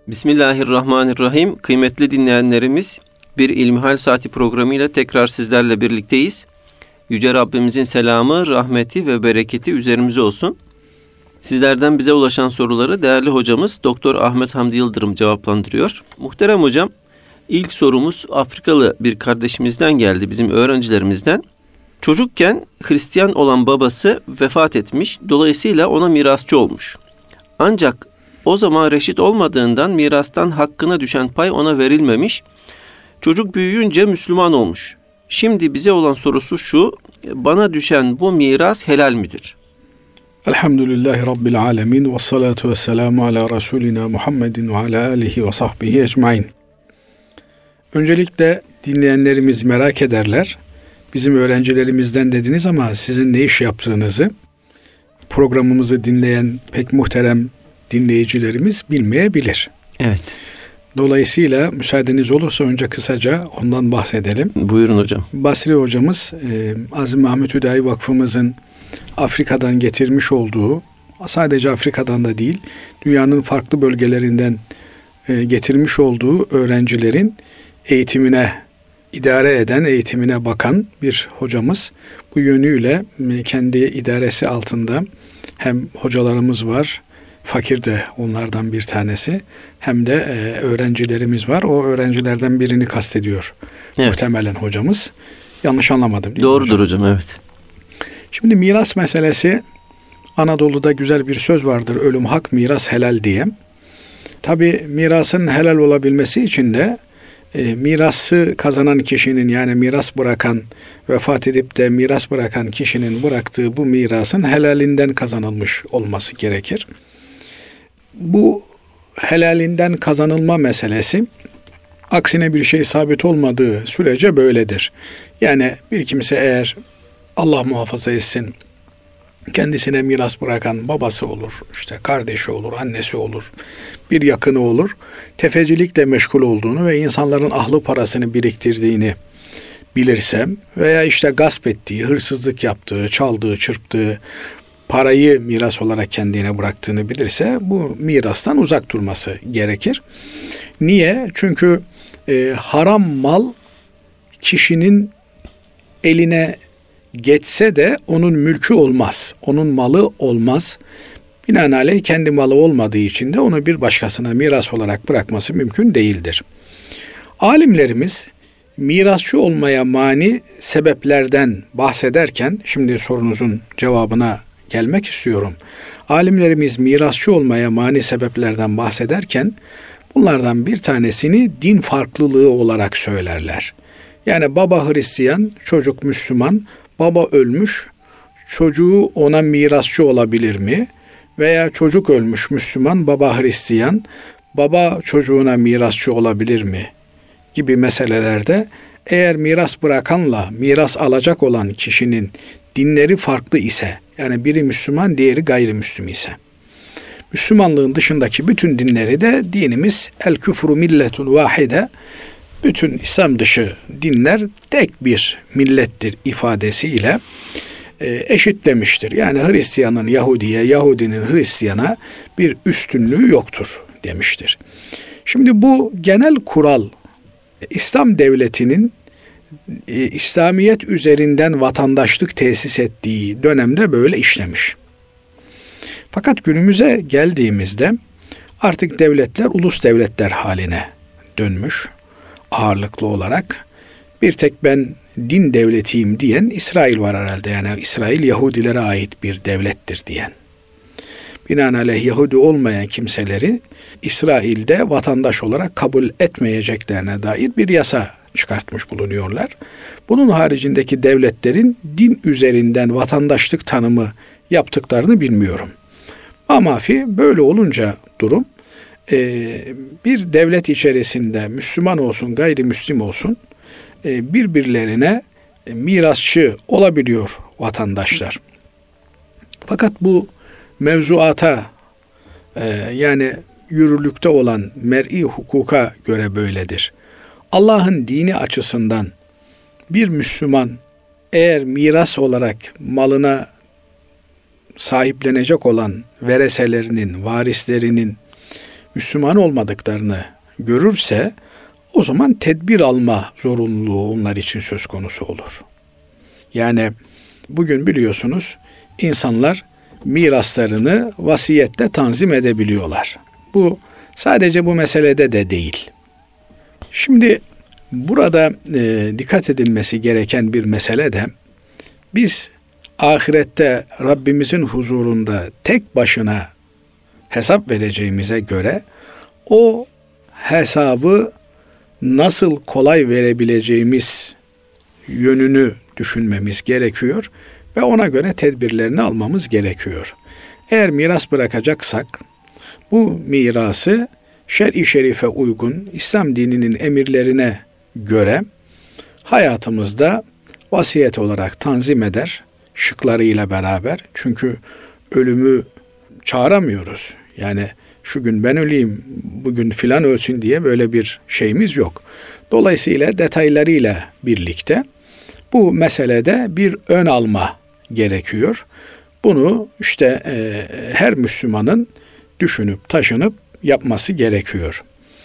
Bismillahirrahmanirrahim. Kıymetli dinleyenlerimiz, bir İlmihal Saati programıyla tekrar sizlerle birlikteyiz. Yüce Rabbimizin selamı, rahmeti ve bereketi üzerimize olsun. Sizlerden bize ulaşan soruları değerli hocamız Doktor Ahmet Hamdi Yıldırım cevaplandırıyor. Muhterem hocam, ilk sorumuz Afrikalı bir kardeşimizden geldi, bizim öğrencilerimizden. Çocukken Hristiyan olan babası vefat etmiş, dolayısıyla ona mirasçı olmuş. Ancak o zaman reşit olmadığından mirastan hakkına düşen pay ona verilmemiş. Çocuk büyüyünce Müslüman olmuş. Şimdi bize olan sorusu şu: bana düşen bu miras helal midir? Elhamdülillahi Rabbil alemin ve salatu ve selamu ala Resulina Muhammedin ve ala alihi ve sahbihi ecmain. Öncelikle dinleyenlerimiz merak ederler. Bizim öğrencilerimizden dediniz ama sizin ne iş yaptığınızı programımızı dinleyen pek muhterem dinleyicilerimiz bilmeyebilir. Evet. Dolayısıyla müsaadeniz olursa önce kısaca ondan bahsedelim. Buyurun hocam. Basri hocamız Azim Mahmut Hüdayi Vakfımızın Afrika'dan getirmiş olduğu, sadece Afrika'dan da değil, dünyanın farklı bölgelerinden getirmiş olduğu öğrencilerin eğitimine idare eden, eğitimine bakan bir hocamız. Bu yönüyle kendi idaresi altında hem hocalarımız var, fakir de onlardan bir tanesi, hem de öğrencilerimiz var. O öğrencilerden birini kastediyor. Evet. Muhtemelen hocamız. Yanlış anlamadım değil mi? Doğrudur hocam, evet. Şimdi miras meselesi, Anadolu'da güzel bir söz vardır. Ölüm hak, miras helal diye. Tabi mirasın helal olabilmesi için de mirası kazanan kişinin, yani miras bırakan, vefat edip de miras bırakan kişinin bıraktığı bu mirasın helalinden kazanılmış olması gerekir. Bu helalinden kazanılma meselesi aksine bir şey sabit olmadığı sürece böyledir. Yani bir kimse eğer Allah muhafaza etsin kendisine miras bırakan babası olur, işte kardeşi olur, annesi olur, bir yakını olur, tefecilikle meşgul olduğunu ve insanların ahlı parasını biriktirdiğini bilirsem veya işte gasp ettiği, hırsızlık yaptığı, çaldığı, çırptığı parayı miras olarak kendine bıraktığını bilirse bu mirastan uzak durması gerekir. Niye? Çünkü haram mal kişinin eline geçse de onun mülkü olmaz. Onun malı olmaz. Binaenaleyh kendi malı olmadığı için de onu bir başkasına miras olarak bırakması mümkün değildir. Alimlerimiz mirasçı olmaya mani sebeplerden bahsederken, şimdi sorunuzun cevabına gelmek istiyorum. Alimlerimiz mirasçı olmaya mani sebeplerden bahsederken bunlardan bir tanesini din farklılığı olarak söylerler. Yani baba Hristiyan, çocuk Müslüman, baba ölmüş, çocuğu ona mirasçı olabilir mi? Veya çocuk ölmüş Müslüman, baba Hristiyan, baba çocuğuna mirasçı olabilir mi? Gibi meselelerde eğer miras bırakanla miras alacak olan kişinin dinleri farklı ise, yani biri Müslüman, diğeri gayrimüslim ise, Müslümanlığın dışındaki bütün dinleri de dinimiz el küfru milletun vahide, bütün İslam dışı dinler tek bir millettir ifadesiyle eşitlemiştir. Yani Hristiyanın Yahudi'ye, Yahudinin Hristiyana bir üstünlüğü yoktur demiştir. Şimdi bu genel kural İslam devletinin İslamiyet üzerinden vatandaşlık tesis ettiği dönemde böyle işlemiş. Fakat günümüze geldiğimizde artık devletler ulus devletler haline dönmüş ağırlıklı olarak. Bir tek ben din devletiyim diyen İsrail var herhalde. Yani İsrail Yahudilere ait bir devlettir diyen. Binaenaleyh Yahudi olmayan kimseleri İsrail'de vatandaş olarak kabul etmeyeceklerine dair bir yasa çıkartmış bulunuyorlar. Bunun haricindeki devletlerin din üzerinden vatandaşlık tanımı yaptıklarını bilmiyorum. Amafi böyle olunca durum, bir devlet içerisinde Müslüman olsun, gayrimüslim olsun, birbirlerine mirasçı olabiliyor vatandaşlar. Fakat bu mevzuata, yani yürürlükte olan mer'i hukuka göre böyledir. Allah'ın dini açısından bir Müslüman eğer miras olarak malına sahiplenecek olan vereselerinin, varislerinin Müslüman olmadıklarını görürse o zaman tedbir alma zorunluluğu onlar için söz konusu olur. Yani bugün biliyorsunuz insanlar miraslarını vasiyetle tanzim edebiliyorlar. Bu sadece bu meselede de değil. Şimdi burada dikkat edilmesi gereken bir mesele de biz ahirette Rabbimizin huzurunda tek başına hesap vereceğimize göre o hesabı nasıl kolay verebileceğimiz yönünü düşünmemiz gerekiyor ve ona göre tedbirlerini almamız gerekiyor. Eğer miras bırakacaksak bu mirası şer'i şerife uygun İslam dininin emirlerine göre hayatımızda vasiyet olarak tanzim eder, şıklarıyla beraber. Çünkü ölümü çağıramıyoruz. Yani şu gün ben öleyim, bugün filan ölsün diye böyle bir şeyimiz yok. Dolayısıyla detaylarıyla birlikte bu meselede bir ön alma gerekiyor. Bunu işte her Müslümanın düşünüp taşınıp yapması gerekiyor.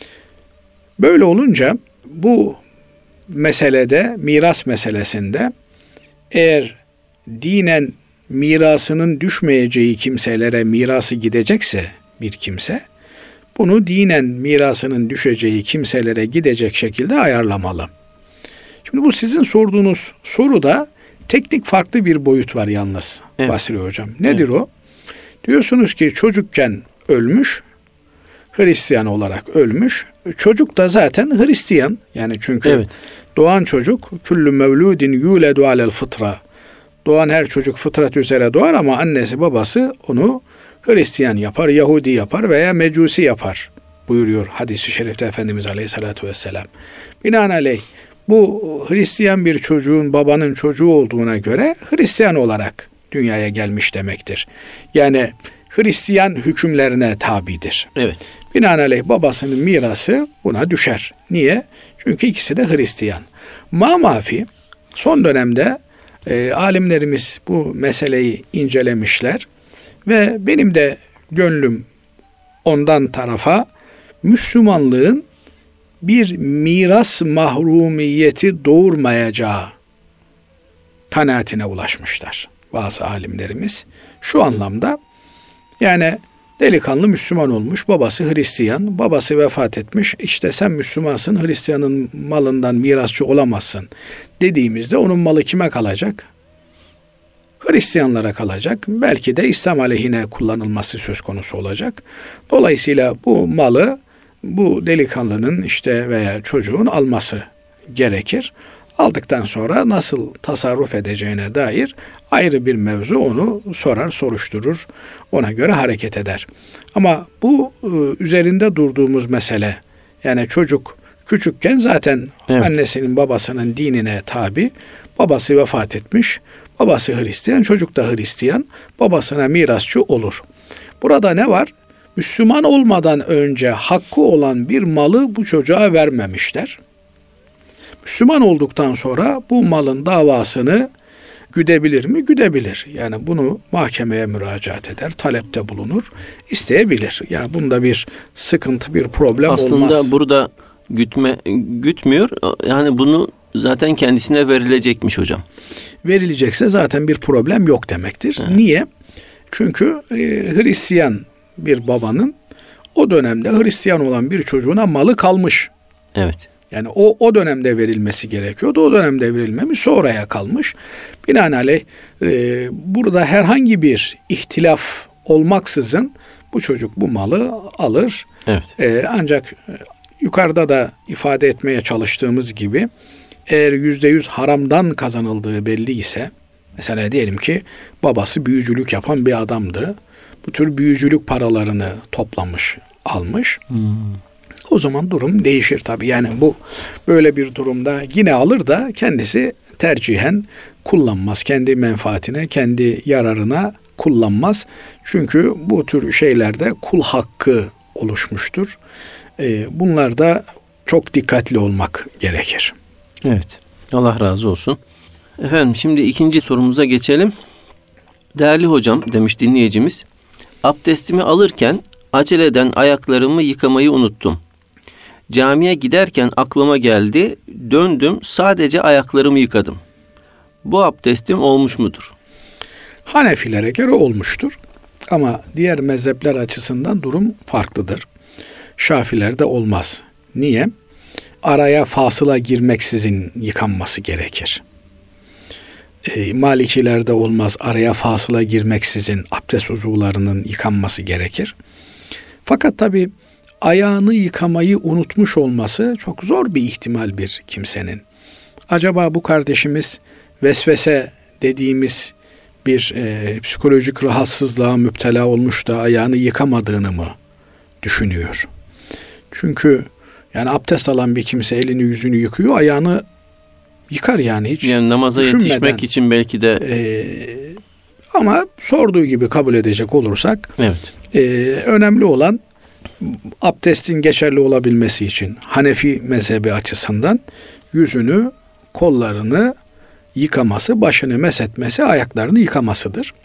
Böyle olunca bu meselede, miras meselesinde eğer dinen mirasının düşmeyeceği kimselere mirası gidecekse bir kimse, bunu dinen mirasının düşeceği kimselere gidecek şekilde ayarlamalı. Şimdi bu sizin sorduğunuz soruda teknik farklı bir boyut var yalnız, evet. Basri Hocam. Nedir o? Diyorsunuz ki çocukken ölmüş, Hristiyan olarak ölmüş. Çocuk da zaten Hristiyan. Yani çünkü doğan çocuk küllü mevludin yuledu alel fıtra. Doğan her çocuk fıtrat üzere doğar ama annesi babası onu Hristiyan yapar, Yahudi yapar veya Mecusi yapar buyuruyor hadis-i şerifte Efendimiz Aleyhisselatü Vesselam. Binaenaleyh bu Hristiyan bir çocuğun babanın çocuğu olduğuna göre Hristiyan olarak dünyaya gelmiş demektir. Yani Hristiyan hükümlerine tabidir. Evet. Binaenaleyh babasının mirası buna düşer. Niye? Çünkü ikisi de Hristiyan. Mamafi son dönemde alimlerimiz bu meseleyi incelemişler ve benim de gönlüm ondan tarafa Müslümanlığın bir miras mahrumiyeti doğurmayacağı kanaatine ulaşmışlar bazı alimlerimiz. Şu anlamda yani delikanlı Müslüman olmuş, babası Hristiyan, babası vefat etmiş. İşte sen Müslümansın, Hristiyanın malından mirasçı olamazsın dediğimizde onun malı kime kalacak? Hristiyanlara kalacak. Belki de İslam aleyhine kullanılması söz konusu olacak. Dolayısıyla bu malı bu delikanlının işte veya çocuğun alması gerekir. Aldıktan sonra nasıl tasarruf edeceğine dair ayrı bir mevzu, onu sorar, soruşturur, ona göre hareket eder. Ama bu üzerinde durduğumuz mesele, yani çocuk küçükken zaten annesinin babasının dinine tabi, babası vefat etmiş, babası Hristiyan, çocuk da Hristiyan, babasına mirasçı olur. Burada ne var? Müslüman olmadan önce hakkı olan bir malı bu çocuğa vermemişler. Müslüman olduktan sonra bu malın davasını güdebilir mi? Güdebilir. Yani bunu mahkemeye müracaat eder, talepte bulunur, isteyebilir. Yani bunda bir sıkıntı, bir problem olmaz. Aslında burada gütmüyor. Yani bunu zaten kendisine verilecekmiş hocam. Verilecekse zaten bir problem yok demektir. Evet. Niye? Çünkü Hristiyan bir babanın o dönemde Hristiyan olan bir çocuğuna malı kalmış. Evet. Yani o dönemde verilmesi gerekiyordu. O dönemde verilmemiş, sonraya kalmış. Binaenaleyh burada herhangi bir ihtilaf olmaksızın bu çocuk bu malı alır. Evet. Ancak yukarıda da ifade etmeye çalıştığımız gibi eğer %100 haramdan kazanıldığı belli ise, mesela diyelim ki babası büyücülük yapan bir adamdı. Bu tür büyücülük paralarını toplamış, almış. O zaman durum değişir tabii. Yani bu böyle bir durumda yine alır da kendisi tercihen kullanmaz. Kendi menfaatine, kendi yararına kullanmaz. Çünkü bu tür şeylerde kul hakkı oluşmuştur. Bunlarda çok dikkatli olmak gerekir. Evet. Allah razı olsun. Efendim şimdi ikinci sorumuza geçelim. Değerli hocam demiş dinleyicimiz, abdestimi alırken aceleden ayaklarımı yıkamayı unuttum. Camiye giderken aklıma geldi, döndüm, sadece ayaklarımı yıkadım. Bu abdestim olmuş mudur? Hanefilere göre olmuştur. Ama diğer mezhepler açısından durum farklıdır. Şafilerde olmaz. Niye? Araya fasıla girmeksizin yıkanması gerekir. Malikilerde olmaz. Araya fasıla girmeksizin abdest uzuvlarının yıkanması gerekir. Fakat tabi ayağını yıkamayı unutmuş olması çok zor bir ihtimal bir kimsenin. Acaba bu kardeşimiz vesvese dediğimiz bir psikolojik rahatsızlığa müptela olmuş da ayağını yıkamadığını mı düşünüyor? Çünkü yani abdest alan bir kimse elini yüzünü yıkıyor, ayağını yıkar yani hiç. Yani namaza yetişmek için belki de. Ama sorduğu gibi kabul edecek olursak, evet. Önemli olan abdestin geçerli olabilmesi için Hanefi mezhebi açısından yüzünü, kollarını yıkaması, başını meshetmesi, ayaklarını yıkamasıdır.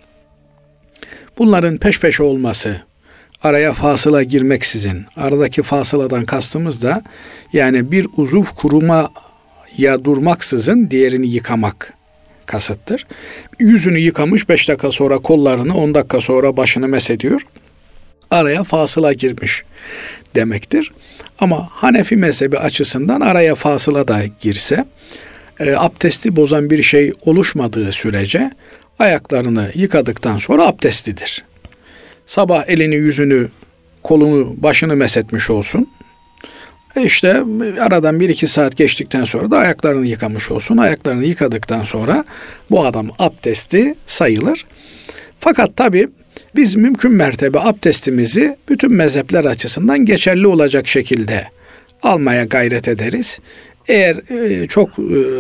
Bunların peş peşe olması, araya fasıla girmeksizin, aradaki fasıladan kastımız da yani bir uzuv kurumaya durmaksızın diğerini yıkamak kasıttır. Yüzünü yıkamış, 5 dakika sonra kollarını, 10 dakika sonra başını meshediyor. Araya fasıla girmiş demektir. Ama Hanefi mezhebi açısından araya fasıla da girse, abdesti bozan bir şey oluşmadığı sürece ayaklarını yıkadıktan sonra abdestlidir. Sabah elini, yüzünü, kolunu, başını meshetmiş olsun. İşte aradan 1-2 saat geçtikten sonra da ayaklarını yıkamış olsun. Ayaklarını yıkadıktan sonra bu adam abdesti sayılır. Fakat tabii biz mümkün mertebe abdestimizi bütün mezhepler açısından geçerli olacak şekilde almaya gayret ederiz. Eğer çok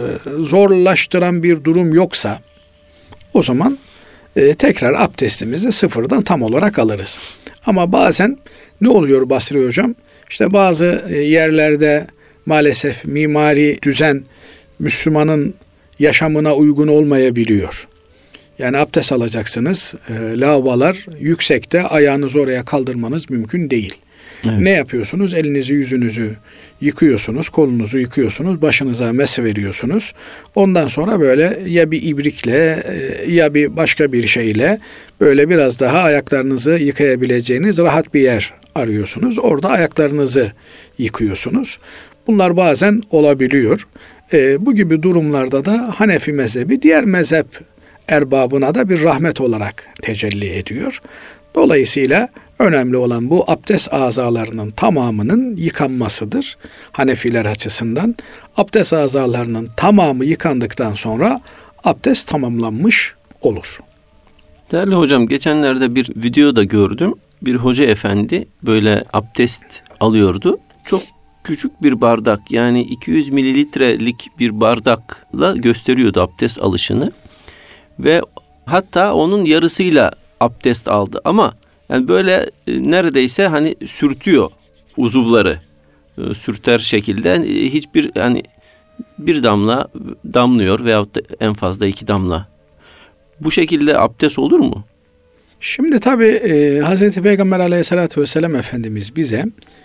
zorlaştıran bir durum yoksa o zaman tekrar abdestimizi sıfırdan tam olarak alırız. Ama bazen ne oluyor Basri Hocam? İşte bazı yerlerde maalesef mimari düzen Müslümanın yaşamına uygun olmayabiliyor. Yani abdest alacaksınız, lavabolar yüksekte, ayağınızı oraya kaldırmanız mümkün değil. Evet. Ne yapıyorsunuz? Elinizi, yüzünüzü yıkıyorsunuz, kolunuzu yıkıyorsunuz, başınıza mes veriyorsunuz. Ondan sonra böyle ya bir ibrikle ya bir başka bir şeyle böyle biraz daha ayaklarınızı yıkayabileceğiniz rahat bir yer arıyorsunuz. Orada ayaklarınızı yıkıyorsunuz. Bunlar bazen olabiliyor. Bu gibi durumlarda da Hanefi mezhebi diğer mezhep erbabına da bir rahmet olarak tecelli ediyor. Dolayısıyla önemli olan bu abdest azalarının tamamının yıkanmasıdır. Hanefiler açısından abdest azalarının tamamı yıkandıktan sonra abdest tamamlanmış olur. Değerli hocam, geçenlerde bir videoda gördüm. Bir hoca efendi böyle abdest alıyordu. Çok küçük bir bardak, yani 200 mililitrelik bir bardakla gösteriyordu abdest alışını. Ve hatta onun yarısıyla abdest aldı. Ama yani böyle neredeyse hani sürtüyor uzuvları. Sürter şekilde hiçbir hani bir damla damlıyor veyahut da en fazla 2 damla. Bu şekilde abdest olur mu? Şimdi tabii Hazreti Peygamber Aleyhisselatü Vesselam Efendimiz bize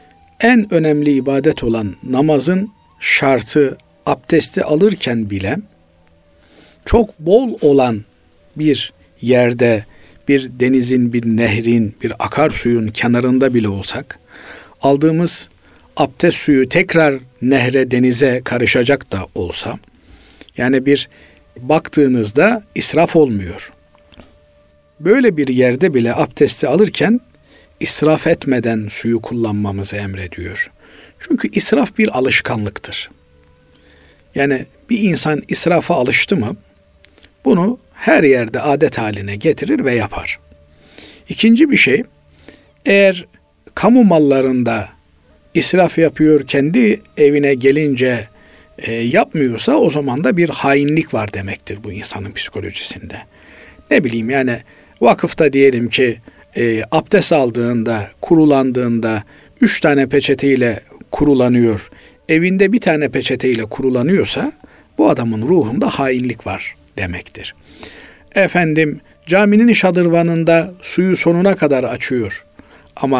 en önemli ibadet olan namazın şartı abdesti alırken bile çok bol olan bir yerde, bir denizin, bir nehrin, bir akarsuyun kenarında bile olsak, aldığımız abdest suyu tekrar nehre, denize karışacak da olsa, yani bir baktığınızda israf olmuyor. Böyle bir yerde bile abdesti alırken israf etmeden suyu kullanmamızı emrediyor. Çünkü israf bir alışkanlıktır. Yani bir insan israfa alıştı mı, bunu her yerde adet haline getirir ve yapar. İkinci bir şey, eğer kamu mallarında israf yapıyor, kendi evine gelince yapmıyorsa, o zaman da bir hainlik var demektir bu insanın psikolojisinde. Ne bileyim, yani vakıfta diyelim ki abdest aldığında, kurulandığında 3 tane peçeteyle kurulanıyor, evinde 1 tane peçeteyle kurulanıyorsa bu adamın ruhunda hainlik var demektir. Efendim, caminin şadırvanında suyu sonuna kadar açıyor ama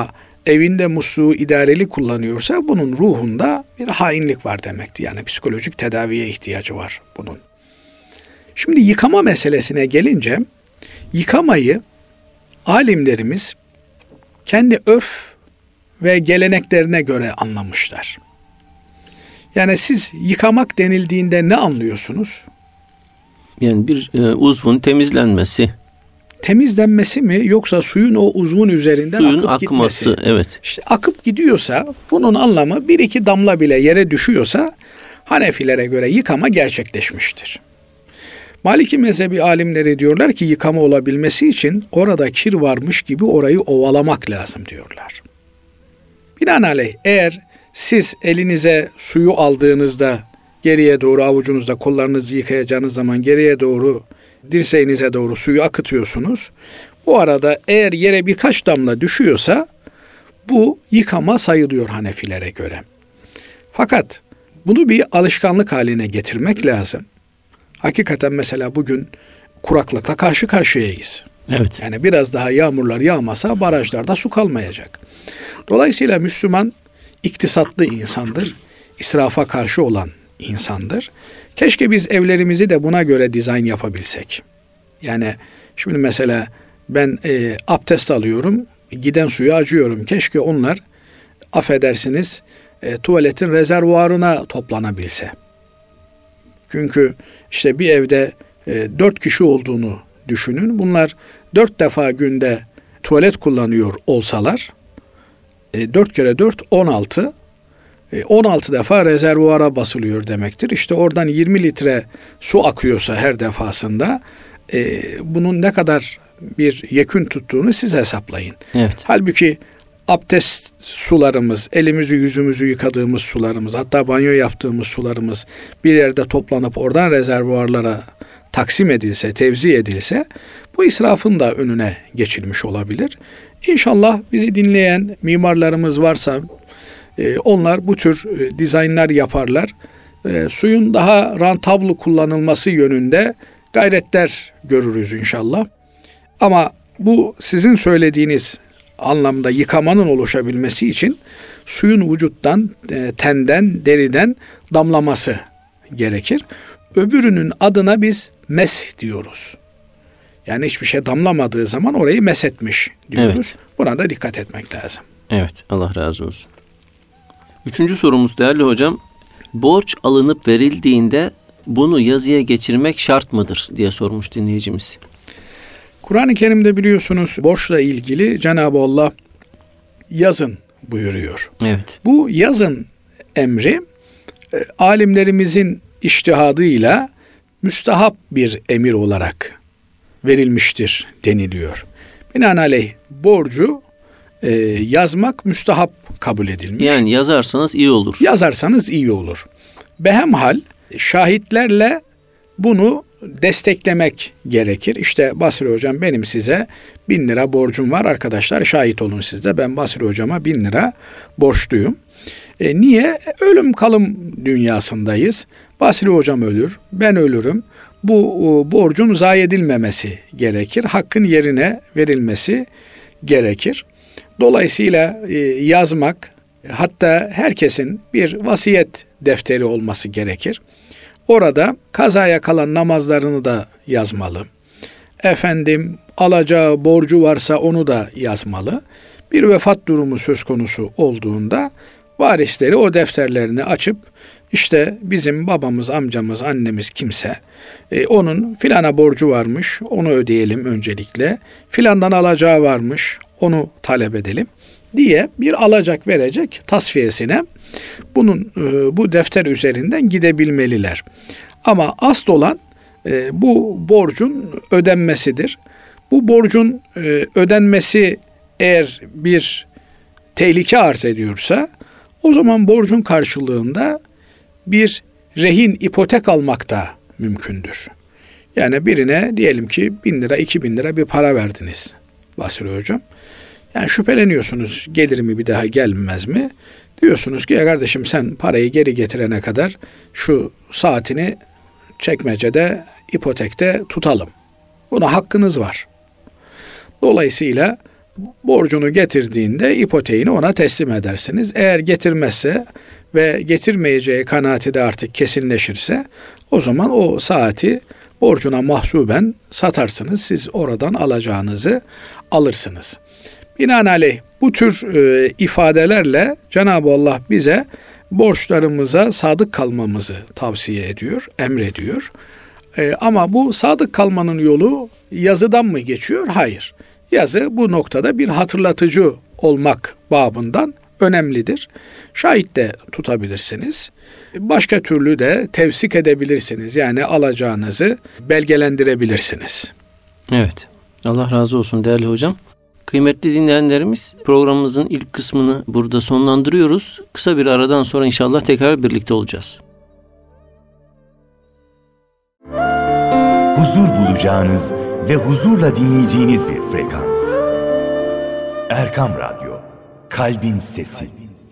evinde musluğu idareli kullanıyorsa bunun ruhunda bir hainlik var demektir. Yani psikolojik tedaviye ihtiyacı var bunun. Şimdi yıkama meselesine gelince, yıkamayı alimlerimiz kendi örf ve geleneklerine göre anlamışlar. Yani siz yıkamak denildiğinde ne anlıyorsunuz? Yani bir uzvun temizlenmesi. Temizlenmesi mi, yoksa suyun o uzvun üzerinden suyun akıp akması, gitmesi? evet. İşte akıp gidiyorsa, bunun anlamı bir iki damla bile yere düşüyorsa Hanefilere göre yıkama gerçekleşmiştir. Maliki mezhebi alimleri diyorlar ki yıkama olabilmesi için orada kir varmış gibi orayı ovalamak lazım diyorlar. Binaenaleyh eğer siz elinize suyu aldığınızda geriye doğru avucunuzda kollarınızı yıkayacağınız zaman geriye doğru dirseğinize doğru suyu akıtıyorsunuz. Bu arada eğer yere birkaç damla düşüyorsa bu yıkama sayılıyor Hanefilere göre. Fakat bunu bir alışkanlık haline getirmek lazım. Hakikaten mesela bugün kuraklıkla karşı karşıyayız. Evet. Yani biraz daha yağmurlar yağmasa barajlarda su kalmayacak. Dolayısıyla Müslüman iktisatlı insandır. İsrafa karşı olan insandır. Keşke biz evlerimizi de buna göre dizayn yapabilsek. Yani şimdi mesela ben abdest alıyorum, giden suyu acıyorum. Keşke onlar, affedersiniz, tuvaletin rezervuarına toplanabilse. Çünkü işte bir evde 4 kişi olduğunu düşünün. Bunlar 4 defa günde tuvalet kullanıyor olsalar 4 kere 4 16. 16 defa rezervuara basılıyor demektir. İşte oradan 20 litre su akıyorsa her defasında bunun ne kadar bir yekün tuttuğunu siz hesaplayın. Evet. Halbuki abdest sularımız, elimizi yüzümüzü yıkadığımız sularımız, hatta banyo yaptığımız sularımız bir yerde toplanıp oradan rezervuarlara taksim edilse, tevzi edilse bu israfın da önüne geçilmiş olabilir. İnşallah bizi dinleyen mimarlarımız varsa onlar bu tür dizaynlar yaparlar. Suyun daha rantablı kullanılması yönünde gayretler görürüz inşallah. Ama bu sizin söylediğiniz anlamda yıkamanın oluşabilmesi için suyun vücuttan, tenden, deriden damlaması gerekir. Öbürünün adına biz mesh diyoruz. Yani hiçbir şey damlamadığı zaman orayı meshetmiş diyoruz. Evet. Buna da dikkat etmek lazım. Evet, Allah razı olsun. 3. sorumuz değerli hocam. Borç alınıp verildiğinde bunu yazıya geçirmek şart mıdır diye sormuş dinleyicimiz. Kur'an-ı Kerim'de biliyorsunuz borçla ilgili Cenab-ı Allah yazın buyuruyor. Evet. Bu yazın emri alimlerimizin içtihadıyla müstahap bir emir olarak verilmiştir deniliyor. Binaenaleyh borcu yazmak müstahap kabul edilmiş. Yani yazarsanız iyi olur. Yazarsanız iyi olur. Behemhal şahitlerle bunu desteklemek gerekir. İşte Basri hocam benim size 1000 lira borcum var arkadaşlar, şahit olun siz de, ben Basri hocama 1000 lira borçluyum. Niye? Ölüm kalım dünyasındayız. Basri hocam ölür, ben ölürüm. Bu borcun zayi edilmemesi gerekir. Hakkın yerine verilmesi gerekir. Dolayısıyla yazmak, hatta herkesin bir vasiyet defteri olması gerekir. Orada kazaya kalan namazlarını da yazmalı. Efendim alacağı borcu varsa onu da yazmalı. Bir vefat durumu söz konusu olduğunda varisleri o defterlerini açıp işte bizim babamız, amcamız, annemiz kimse onun filana borcu varmış, onu ödeyelim öncelikle. Filandan alacağı varmış, onu talep edelim diye bir alacak verecek tasfiyesine bu defter üzerinden gidebilmeliler. Ama asıl olan bu borcun ödenmesidir. Bu borcun ödenmesi eğer bir tehlike arz ediyorsa o zaman borcun karşılığında bir rehin, ipotek almak da mümkündür. Yani birine diyelim ki 1000 lira, 2000 lira bir para verdiniz Basri hocam. Yani şüpheleniyorsunuz, gelir mi bir daha, gelmez mi? Diyorsunuz ki ya kardeşim sen parayı geri getirene kadar şu saatini çekmecede, ipotekte tutalım. Buna hakkınız var. Dolayısıyla borcunu getirdiğinde ipoteğini ona teslim edersiniz. Eğer getirmezse ve getirmeyeceği kanaati de artık kesinleşirse o zaman o saati borcuna mahsuben satarsınız. Siz oradan alacağınızı alırsınız. Binaenaleyh bu tür ifadelerle Cenab-ı Allah bize borçlarımıza sadık kalmamızı tavsiye ediyor, emrediyor. Ama bu sadık kalmanın yolu yazıdan mı geçiyor? Hayır. Yazı bu noktada bir hatırlatıcı olmak babından önemlidir. Şahit de tutabilirsiniz. Başka türlü de tevsik edebilirsiniz. Yani alacağınızı belgelendirebilirsiniz. Evet. Allah razı olsun değerli hocam. Kıymetli dinleyenlerimiz, programımızın ilk kısmını burada sonlandırıyoruz. Kısa bir aradan sonra inşallah tekrar birlikte olacağız. Huzur bulacağınız ve huzurla dinleyeceğiniz bir frekans. Erkam Radyo, Kalbin Sesi.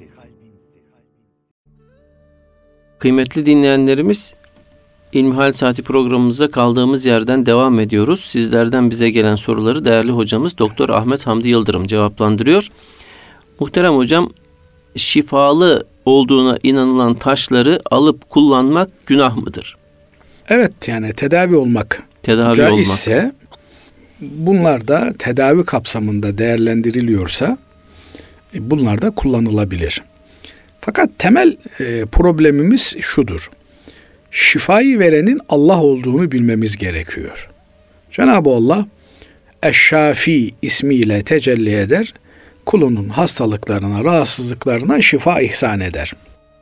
Kıymetli dinleyenlerimiz, İlmihal Saati programımıza kaldığımız yerden devam ediyoruz. Sizlerden bize gelen soruları değerli hocamız Doktor Ahmet Hamdi Yıldırım cevaplandırıyor. Muhterem hocam, şifalı olduğuna inanılan taşları alıp kullanmak günah mıdır? Evet, yani tedavi olmak caizse, bunlar da tedavi kapsamında değerlendiriliyorsa bunlar da kullanılabilir. Fakat temel problemimiz şudur. Şifayı verenin Allah olduğunu bilmemiz gerekiyor. Cenab-ı Allah Eşşafi ismiyle tecelli eder, kulunun hastalıklarına, rahatsızlıklarına şifa ihsan eder.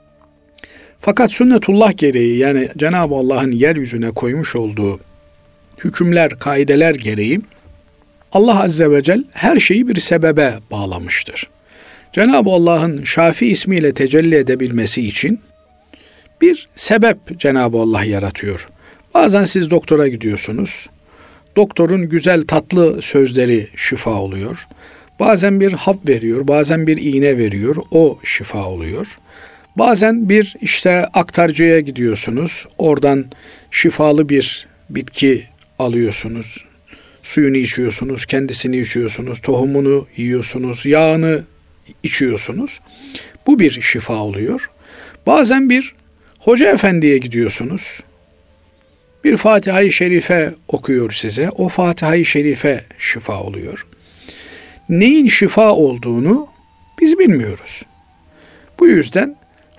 Fakat sünnetullah gereği, yani Cenab-ı Allah'ın yeryüzüne koymuş olduğu hükümler, kaideler gereği Allah Azze ve Celle her şeyi bir sebebe bağlamıştır. Cenab-ı Allah'ın Şafi ismiyle tecelli edebilmesi için bir sebep Cenab-ı Allah yaratıyor. Bazen siz doktora gidiyorsunuz. Doktorun güzel tatlı sözleri şifa oluyor. Bazen bir hap veriyor, bazen bir iğne veriyor. O şifa oluyor. Bazen bir aktarcıya gidiyorsunuz. Oradan şifalı bir bitki alıyorsunuz. Suyunu içiyorsunuz, kendisini içiyorsunuz, tohumunu yiyorsunuz, yağını içiyorsunuz. Bu bir şifa oluyor. Bazen bir hoca efendiye gidiyorsunuz. Bir Fatiha-i Şerife okuyor size. O Fatiha-i Şerife şifa oluyor. Neyin şifa olduğunu biz bilmiyoruz. Bu yüzden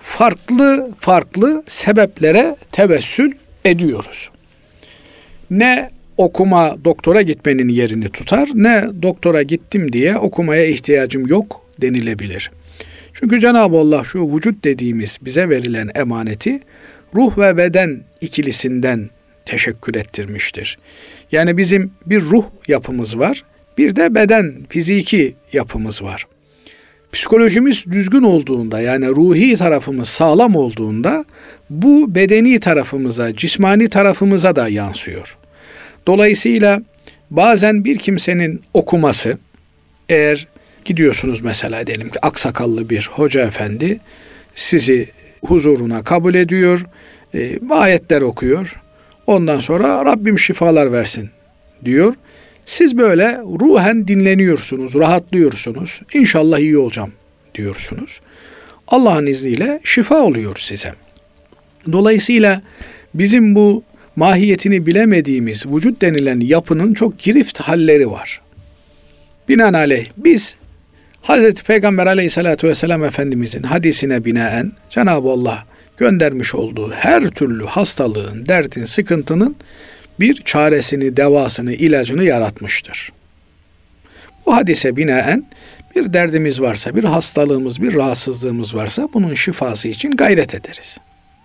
farklı sebeplere tevessül ediyoruz. Ne okuma doktora gitmenin yerini tutar, ne doktora gittim diye okumaya ihtiyacım yok denilebilir. Çünkü Cenab-ı Allah şu vücut dediğimiz bize verilen emaneti ruh ve beden ikilisinden teşekkül ettirmiştir. Yani bizim bir ruh yapımız var, bir de beden, fiziki yapımız var. Psikolojimiz düzgün olduğunda, yani ruhi tarafımız sağlam olduğunda bu bedeni tarafımıza, cismani tarafımıza da yansıyor. Dolayısıyla bazen bir kimsenin okuması, eğer gidiyorsunuz mesela diyelim ki aksakallı bir hoca efendi sizi huzuruna kabul ediyor, ayetler okuyor. Ondan sonra Rabbim şifalar versin diyor. Siz böyle ruhen dinleniyorsunuz, rahatlıyorsunuz. İnşallah iyi olacağım diyorsunuz. Allah'ın izniyle şifa oluyor size. Dolayısıyla bizim bu mahiyetini bilemediğimiz vücut denilen yapının çok girift halleri var. Binaenaleyh biz Hazreti Peygamber Aleyhisselatü Vesselam Efendimizin hadisine binaen Cenab-ı Allah göndermiş olduğu her türlü hastalığın, derdin, sıkıntının bir çaresini, devasını, ilacını yaratmıştır. Bu hadise binaen bir derdimiz varsa, bir hastalığımız, bir rahatsızlığımız varsa bunun şifası için gayret ederiz.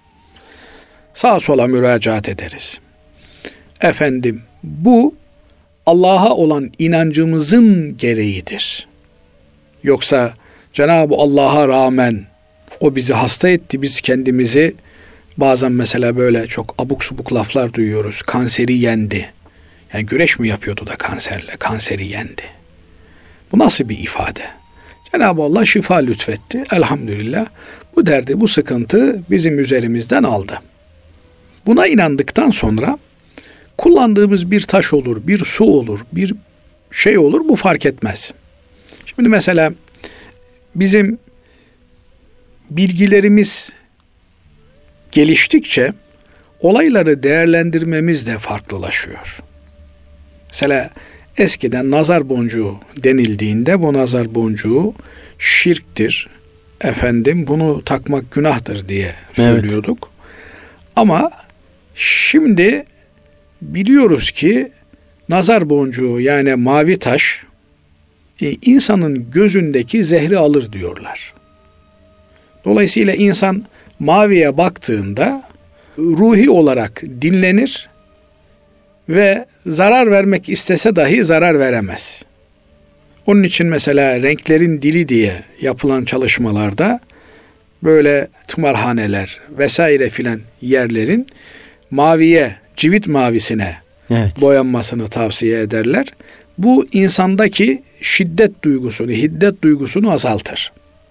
Sağa sola müracaat ederiz. Efendim, bu Allah'a olan inancımızın gereğidir. Yoksa Cenab-ı Allah'a rağmen o bizi hasta etti, biz kendimizi bazen mesela böyle çok abuk subuk laflar duyuyoruz. Kanseri yendi. Yani güreş mi yapıyordu da kanserle? Kanseri yendi. Bu nasıl bir ifade? Cenab-ı Allah şifa lütfetti. Elhamdülillah bu derdi, bu sıkıntı bizim üzerimizden aldı. Buna inandıktan sonra kullandığımız bir taş olur, bir su olur, bir şey olur, bu fark etmez. Şimdi mesela bizim bilgilerimiz geliştikçe olayları değerlendirmemiz de farklılaşıyor. Mesela eskiden nazar boncuğu denildiğinde bu nazar boncuğu şirktir, bunu takmak günahtır diye söylüyorduk. Evet. Ama şimdi biliyoruz ki nazar boncuğu yani mavi taş insanın gözündeki zehri alır diyorlar. Dolayısıyla insan maviye baktığında ruhi olarak dinlenir ve zarar vermek istese dahi zarar veremez. Onun için mesela renklerin dili diye yapılan çalışmalarda böyle tımarhaneler vesaire filan yerlerin maviye, civit mavisine boyanmasını tavsiye ederler. Bu insandaki şiddet duygusunu, hiddet duygusunu azaltır.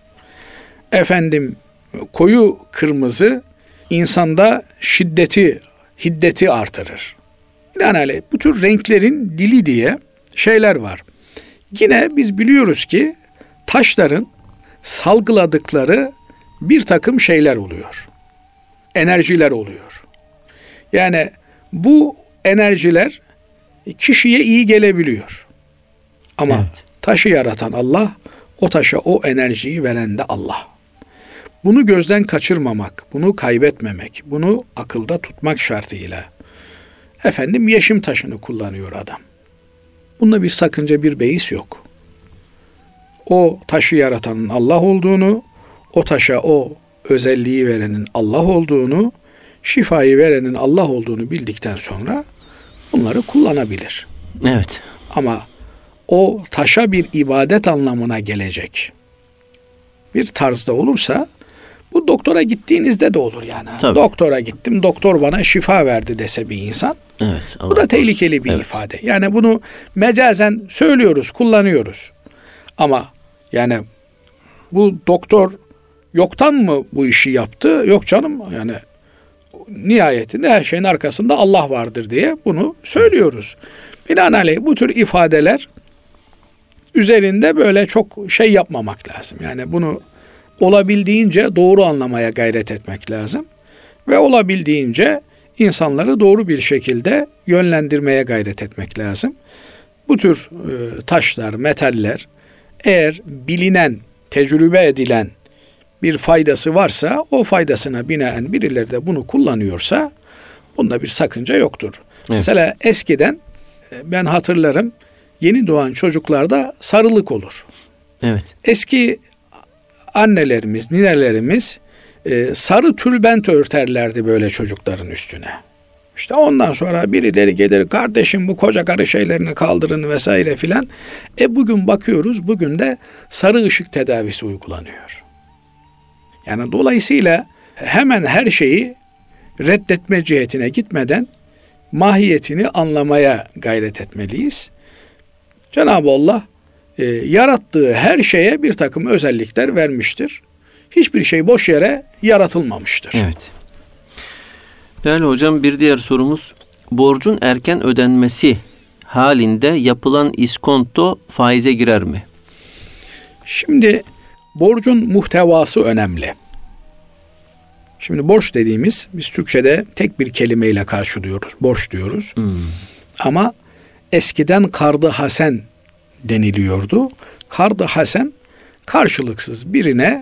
Koyu kırmızı insanda hiddeti artırır. Yani bu tür renklerin dili diye şeyler var. Yine biz biliyoruz ki taşların salgıladıkları bir takım şeyler oluyor. Enerjiler oluyor. Yani bu enerjiler kişiye iyi gelebiliyor. Ama taşı yaratan Allah, o taşa o enerjiyi veren de Allah. Bunu gözden kaçırmamak, bunu kaybetmemek, bunu akılda tutmak şartıyla yeşim taşını kullanıyor adam. Bunda bir sakınca, bir beis yok. O taşı yaratanın Allah olduğunu, o taşa o özelliği verenin Allah olduğunu, şifayı verenin Allah olduğunu bildikten sonra bunları kullanabilir. Evet. Ama o taşa bir ibadet anlamına gelecek bir tarzda olursa bu doktora gittiğinizde de olur yani. Tabii. Doktora gittim, doktor bana şifa verdi dese bir insan. Evet. Bu da tehlikeli bir ifade. Yani bunu mecazen söylüyoruz, kullanıyoruz. Ama yani bu doktor yoktan mı bu işi yaptı? Yok canım, yani nihayetinde her şeyin arkasında Allah vardır diye bunu söylüyoruz. Binaenaleyh bu tür ifadeler üzerinde böyle çok şey yapmamak lazım. Yani bunu olabildiğince doğru anlamaya gayret etmek lazım. Ve olabildiğince insanları doğru bir şekilde yönlendirmeye gayret etmek lazım. Bu tür taşlar, metaller eğer bilinen, tecrübe edilen bir faydası varsa o faydasına binaen birileri de bunu kullanıyorsa bunda bir sakınca yoktur. Evet. Mesela eskiden ben hatırlarım yeni doğan çocuklarda sarılık olur. Evet. Eski annelerimiz, ninelerimiz sarı tülbent örterlerdi böyle çocukların üstüne. İşte ondan sonra birileri gelir, kardeşim bu koca karı şeylerini kaldırın vesaire filan. Bugün bakıyoruz, bugün de sarı ışık tedavisi uygulanıyor. Yani dolayısıyla hemen her şeyi reddetme cihetine gitmeden mahiyetini anlamaya gayret etmeliyiz. Cenab-ı Allah yarattığı her şeye bir takım özellikler vermiştir. Hiçbir şey boş yere yaratılmamıştır. Evet. Değerli hocam, bir diğer sorumuz, borcun erken ödenmesi halinde yapılan iskonto faize girer mi? Şimdi borcun muhtevası önemli. Şimdi borç dediğimiz, biz Türkçe'de tek bir kelimeyle karşılıyoruz. Borç diyoruz. Ama eskiden kard-ı hasen deniliyordu. Kard-ı hasen karşılıksız birine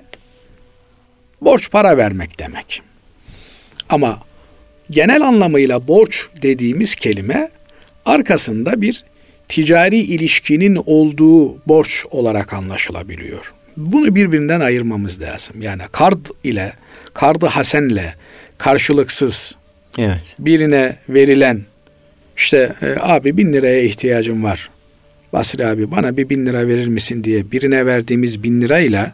borç para vermek demek. Ama genel anlamıyla borç dediğimiz kelime arkasında bir ticari ilişkinin olduğu borç olarak anlaşılabiliyor. Bunu birbirinden ayırmamız lazım. Yani kard-ı hasenle karşılıksız birine verilen abi 1000 liraya ihtiyacım var. Basri abi bana bir 1000 lira verir misin diye birine verdiğimiz 1000 lirayla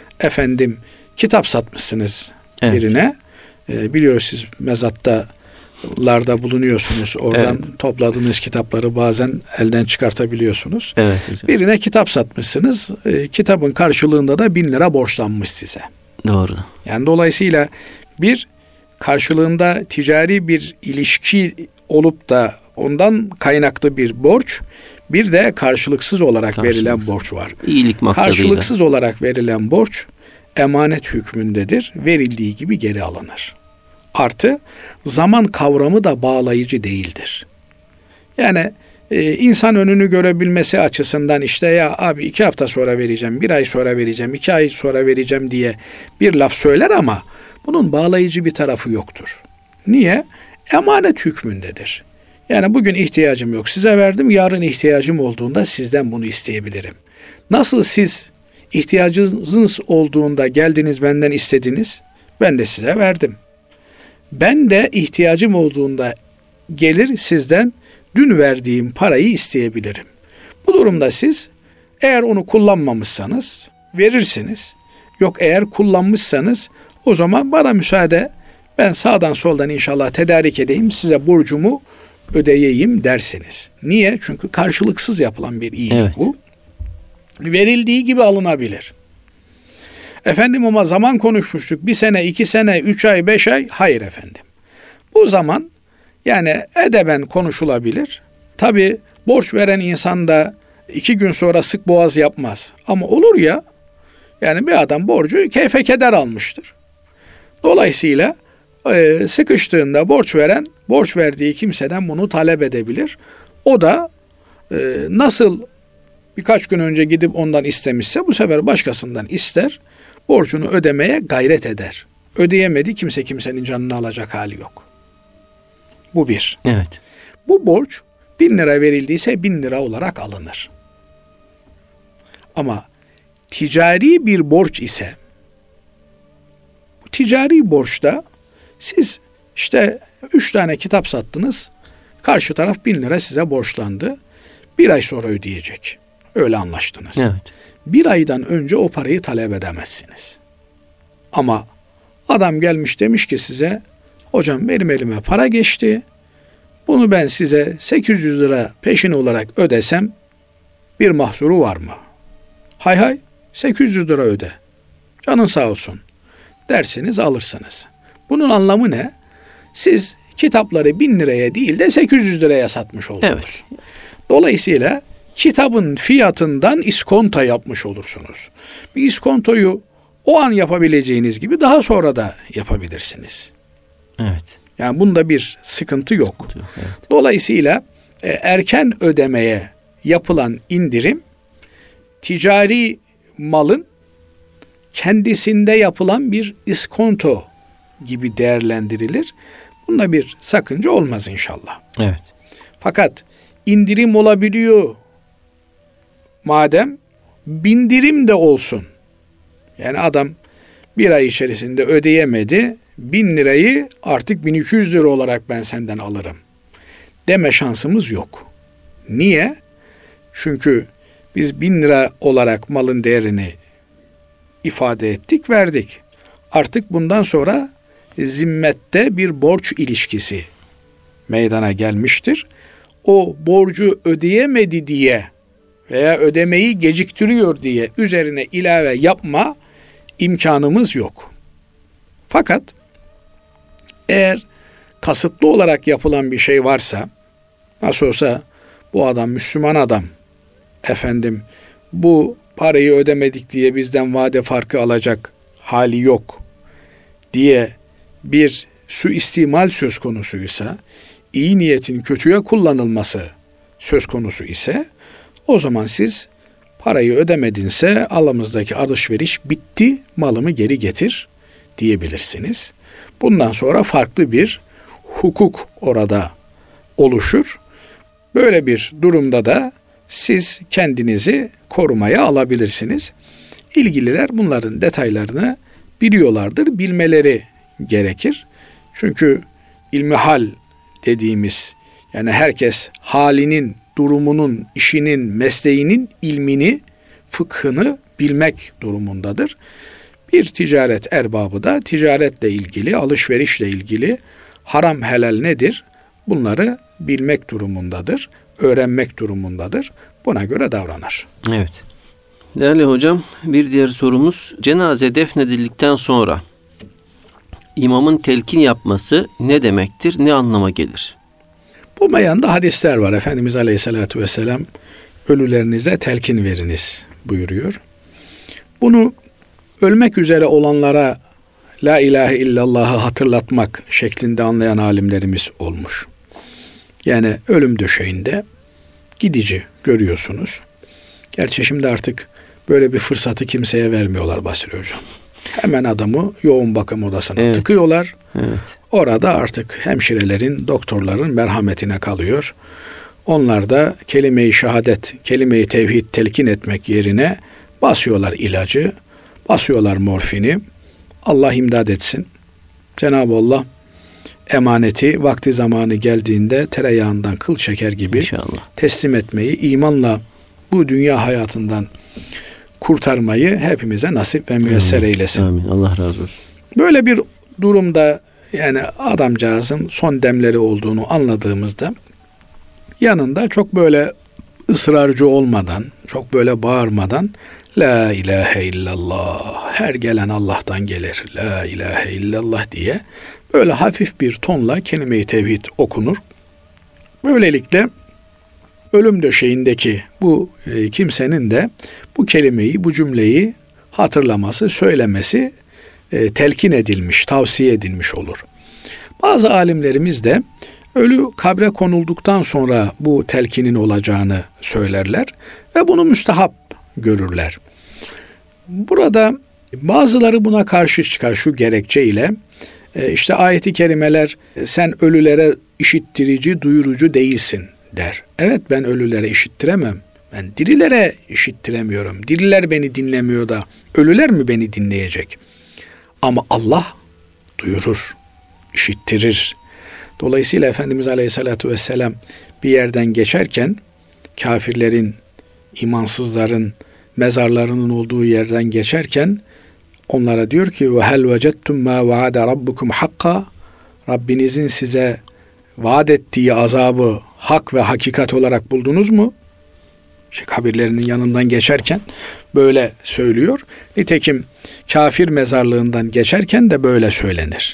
kitap satmışsınız birine. Biliyoruz siz mezattalarda bulunuyorsunuz. Oradan topladığınız kitapları bazen elden çıkartabiliyorsunuz. Evet. Birine kitap satmışsınız. Kitabın karşılığında da 1000 lira borçlanmış size. Doğru. Yani dolayısıyla bir karşılığında ticari bir ilişki olup da Ondan kaynaklı bir borç, bir de karşılıksız olarak verilen borç var. İyilik maksadıyla. Karşılıksız olarak verilen borç emanet hükmündedir. Verildiği gibi geri alınır. Artı zaman kavramı da bağlayıcı değildir. Yani insan önünü görebilmesi açısından işte ya abi 2 hafta sonra vereceğim, 1 ay sonra vereceğim, 2 ay sonra vereceğim diye bir laf söyler ama bunun bağlayıcı bir tarafı yoktur. Niye? Emanet hükmündedir. Yani bugün ihtiyacım yok, size verdim, yarın ihtiyacım olduğunda sizden bunu isteyebilirim. Nasıl siz ihtiyacınız olduğunda geldiniz benden istediniz, ben de size verdim. Ben de ihtiyacım olduğunda gelir sizden dün verdiğim parayı isteyebilirim. Bu durumda siz eğer onu kullanmamışsanız verirsiniz. Yok eğer kullanmışsanız o zaman bana müsaade, ben sağdan soldan inşallah tedarik edeyim, size borcumu ödeyeyim dersiniz. Niye? Çünkü karşılıksız yapılan bir iyilik bu. Verildiği gibi alınabilir. Efendim ama zaman konuşmuştuk. 1 sene, 2 sene, 3 ay, 5 ay. Hayır efendim. Bu zaman yani edeben konuşulabilir. Tabi borç veren insan da 2 gün sonra sık boğaz yapmaz. Ama olur ya, yani bir adam borcu keyfe keder almıştır. Dolayısıyla sıkıştığında borç veren, borç verdiği kimseden bunu talep edebilir. O da nasıl birkaç gün önce gidip ondan istemişse bu sefer başkasından ister, borcunu ödemeye gayret eder. Ödeyemedi, kimse kimsenin canını alacak hali yok. Bu bir. Evet. Bu borç 1000 lira verildiyse 1000 lira olarak alınır. Ama ticari bir borç ise, bu ticari borçta siz işte 3 tane kitap sattınız, karşı taraf 1000 lira size borçlandı, 1 ay sonra ödeyecek. Öyle anlaştınız. Evet. 1 aydan önce o parayı talep edemezsiniz. Ama adam gelmiş demiş ki size, hocam benim elime para geçti, bunu ben size 800 lira peşin olarak ödesem bir mahsuru var mı? Hay hay 800 lira öde, canın sağ olsun dersiniz, alırsınız. Bunun anlamı ne? Siz kitapları 1000 liraya değil de 800 liraya satmış oldunuz. Evet. Dolayısıyla kitabın fiyatından iskonto yapmış olursunuz. Bir iskontoyu o an yapabileceğiniz gibi daha sonra da yapabilirsiniz. Evet. Yani bunda bir sıkıntı yok. Evet. Dolayısıyla erken ödemeye yapılan indirim ticari malın kendisinde yapılan bir iskonto gibi değerlendirilir. Bunda bir sakınca olmaz inşallah. Evet. Fakat indirim olabiliyor. Madem bindirim de olsun. Yani adam 1 ay içerisinde ödeyemedi. 1000 lirayı artık 1200 lira olarak ben senden alırım deme şansımız yok. Niye? Çünkü biz 1000 lira olarak malın değerini ifade ettik, verdik. Artık bundan sonra zimmette bir borç ilişkisi meydana gelmiştir. O borcu ödeyemedi diye veya ödemeyi geciktiriyor diye üzerine ilave yapma imkanımız yok. Fakat eğer kasıtlı olarak yapılan bir şey varsa, nasıl olsa bu adam Müslüman adam, efendim bu parayı ödemedik diye bizden vade farkı alacak hali yok diye bir suistimal söz konusuysa, iyi niyetin kötüye kullanılması söz konusu ise, o zaman siz parayı ödemedinse aramızdaki alışveriş bitti, malımı geri getir diyebilirsiniz. Bundan sonra farklı bir hukuk orada oluşur. Böyle bir durumda da siz kendinizi korumaya alabilirsiniz. İlgililer bunların detaylarını biliyorlardır, bilmeleri gerekir. Çünkü ilmihal dediğimiz, yani herkes halinin, durumunun, işinin, mesleğinin ilmini, fıkhını bilmek durumundadır. Bir ticaret erbabı da ticaretle ilgili, alışverişle ilgili haram helal nedir? Bunları bilmek durumundadır, öğrenmek durumundadır. Buna göre davranır. Evet. Değerli hocam, bir diğer sorumuz, cenaze defnedildikten sonra imamın telkin yapması ne demektir, ne anlama gelir? Bu meyanda hadisler var. Efendimiz Aleyhisselatü Vesselam ölülerinize telkin veriniz buyuruyor. Bunu ölmek üzere olanlara La ilahe illallah'ı hatırlatmak şeklinde anlayan alimlerimiz olmuş. Yani ölüm döşeğinde gidici görüyorsunuz. Gerçi şimdi artık böyle bir fırsatı kimseye vermiyorlar Basri Hocam. Hemen adamı yoğun bakım odasına tıkıyorlar. Evet. Orada artık hemşirelerin, doktorların merhametine kalıyor. Onlar da kelime-i şehadet, kelime-i tevhid telkin etmek yerine basıyorlar ilacı, basıyorlar morfini. Allah imdad etsin. Cenab-ı Allah emaneti vakti zamanı geldiğinde tereyağından kıl çeker gibi İnşallah teslim etmeyi, imanla bu dünya hayatından kurtarmayı hepimize nasip ve müyesser eylesin. Amin. Allah razı olsun. Böyle bir durumda yani adamcağızın son demleri olduğunu anladığımızda yanında çok böyle ısrarcı olmadan, çok böyle bağırmadan La ilahe illallah, her gelen Allah'tan gelir, La ilahe illallah diye böyle hafif bir tonla kelime-i tevhid okunur. Böylelikle ölüm döşeğindeki bu kimsenin de bu kelimeyi, bu cümleyi hatırlaması, söylemesi telkin edilmiş, tavsiye edilmiş olur. Bazı alimlerimiz de ölü kabre konulduktan sonra bu telkinin olacağını söylerler ve bunu müstehap görürler. Burada bazıları buna karşı çıkar şu gerekçeyle. İşte ayet-i kerimeler sen ölülere işittirici, duyurucu değilsin der. Evet, ben ölülere işittiremem. Ben dirilere işittiremiyorum. Diriler beni dinlemiyor da ölüler mi beni dinleyecek? Ama Allah duyurur, işittirir. Dolayısıyla Efendimiz Aleyhisselatü Vesselam bir yerden geçerken kafirlerin, imansızların mezarlarının olduğu yerden geçerken onlara diyor ki ve hel vecettum ma vaade rabbukum hakka, Rabbinizin size vaat ettiği azabı hak ve hakikat olarak buldunuz mu? Kabirlerinin yanından geçerken böyle söylüyor. Nitekim kafir mezarlığından geçerken de böyle söylenir.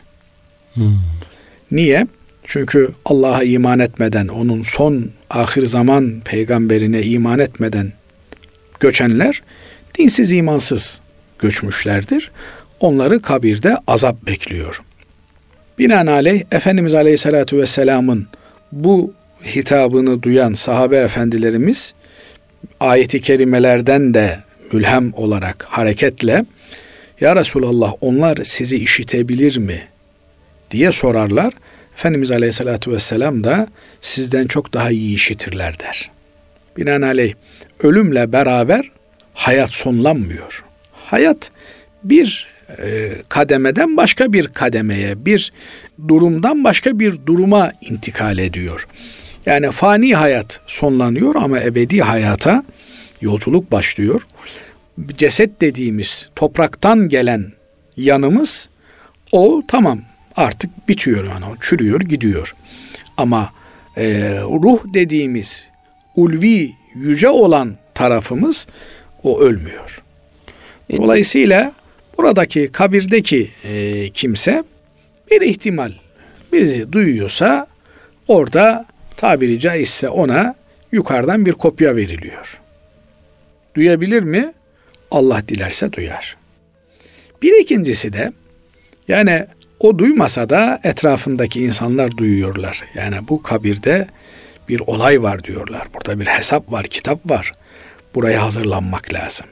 Niye? Çünkü Allah'a iman etmeden, onun son ahir zaman peygamberine iman etmeden göçenler dinsiz, imansız göçmüşlerdir. Onları kabirde azap bekliyor. Binaenaleyh Efendimiz Aleyhisselatü Vesselam'ın bu hitabını duyan sahabe efendilerimiz ayet-i kerimelerden de mülhem olarak hareketle Ya Resulallah onlar sizi işitebilir mi diye sorarlar. Efendimiz Aleyhisselatü Vesselam da sizden çok daha iyi işitirler der. Binaenaleyh ölümle beraber hayat sonlanmıyor. Hayat bir kademeden başka bir kademeye, bir durumdan başka bir duruma intikal ediyor. Yani fani hayat sonlanıyor ama ebedi hayata yolculuk başlıyor. Ceset dediğimiz topraktan gelen yanımız o tamam artık bitiyor, yani o çürüyor gidiyor. Ama ruh dediğimiz ulvi yüce olan tarafımız o ölmüyor. Dolayısıyla buradaki kabirdeki kimse bir ihtimal bizi duyuyorsa orada tabiri caizse ona yukarıdan bir kopya veriliyor. Duyabilir mi? Allah dilerse duyar. Bir ikincisi de yani o duymasa da etrafındaki insanlar duyuyorlar. Yani bu kabirde bir olay var diyorlar. Burada bir hesap var, kitap var. Buraya hazırlanmak lazım.